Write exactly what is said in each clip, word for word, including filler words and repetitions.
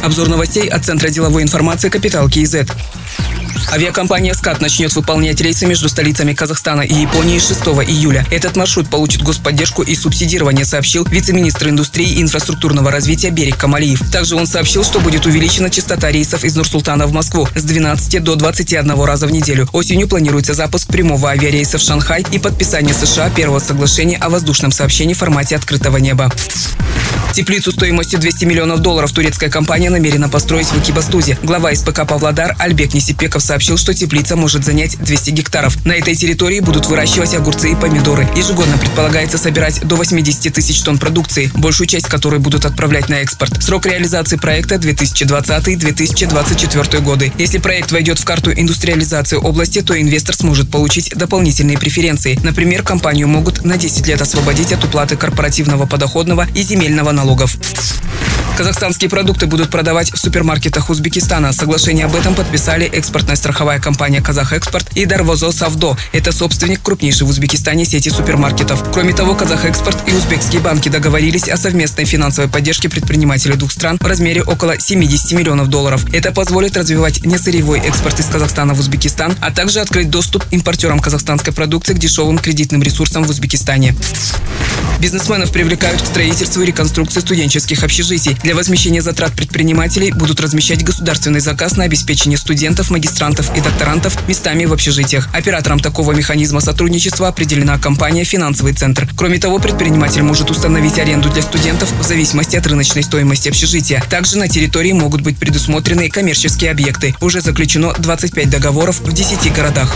Обзор новостей от Центра деловой информации «Капитал КИЗ». Авиакомпания «Скат» начнет выполнять рейсы между столицами Казахстана и Японии шестого июля. Этот маршрут получит господдержку и субсидирование, сообщил вице-министр индустрии и инфраструктурного развития Берик Камалиев. Также он сообщил, что будет увеличена частота рейсов из Нур-Султана в Москву с двенадцати до двадцати одного раза в неделю. Осенью планируется запуск прямого авиарейса в Шанхай и подписание США первого соглашения о воздушном сообщении в формате открытого неба. Теплицу стоимостью двести миллионов долларов турецкая компания намерена построить в Экибастузе. Глава СПК «Павлодар» Альбек Несипеков сообщил, что теплица может занять двести гектаров. На этой территории будут выращивать огурцы и помидоры. Ежегодно предполагается собирать до восьмидесяти тысяч тонн продукции, большую часть которой будут отправлять на экспорт. Срок реализации проекта две тысячи двадцатый — две тысячи двадцать четвёртый годы. Если проект войдет в карту индустриализации области, то инвестор сможет получить дополнительные преференции. Например, компанию могут на десять лет освободить от уплаты корпоративного подоходного и земельного налогов. Казахстанские продукты будут продавать в супермаркетах Узбекистана. Соглашение об этом подписали экспортная страховая компания «Казахэкспорт» и Дарвозо Савдо. Это собственник крупнейшей в Узбекистане сети супермаркетов. Кроме того, «Казахэкспорт» и узбекские банки договорились о совместной финансовой поддержке предпринимателей двух стран в размере около семидесяти миллионов долларов. Это позволит развивать несырьевой экспорт из Казахстана в Узбекистан, а также открыть доступ импортерам казахстанской продукции к дешевым кредитным ресурсам в Узбекистане. Бизнесменов привлекают к строительству и реконструкции студенческих общежитий. Для возмещения затрат предпринимателей будут размещать государственный заказ на обеспечение студентов, магистрантов и докторантов местами в общежитиях. Оператором такого механизма сотрудничества определена компания «Финансовый центр». Кроме того, предприниматель может установить аренду для студентов в зависимости от рыночной стоимости общежития. Также на территории могут быть предусмотрены коммерческие объекты. Уже заключено двадцать пять договоров в десяти городах.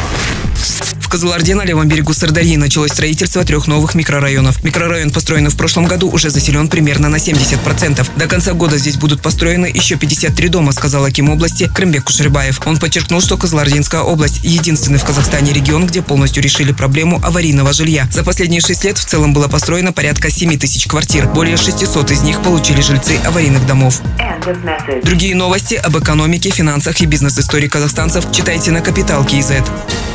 В Кызылорде на левом берегу Сырдарьи началось строительство трех новых микрорайонов. Микрорайон, построенный в прошлом году, уже заселен примерно на семьдесят процентов. До конца года здесь будут построены еще пятьдесят три дома, сказал аким области Крымбек Кушербаев. Он подчеркнул, что Кызылординская область – единственный в Казахстане регион, где полностью решили проблему аварийного жилья. За последние шесть лет в целом было построено порядка семи тысяч квартир. Более шестисот из них получили жильцы аварийных домов. Другие новости об экономике, финансах и бизнес-истории казахстанцев читайте на Капитал КИЗ.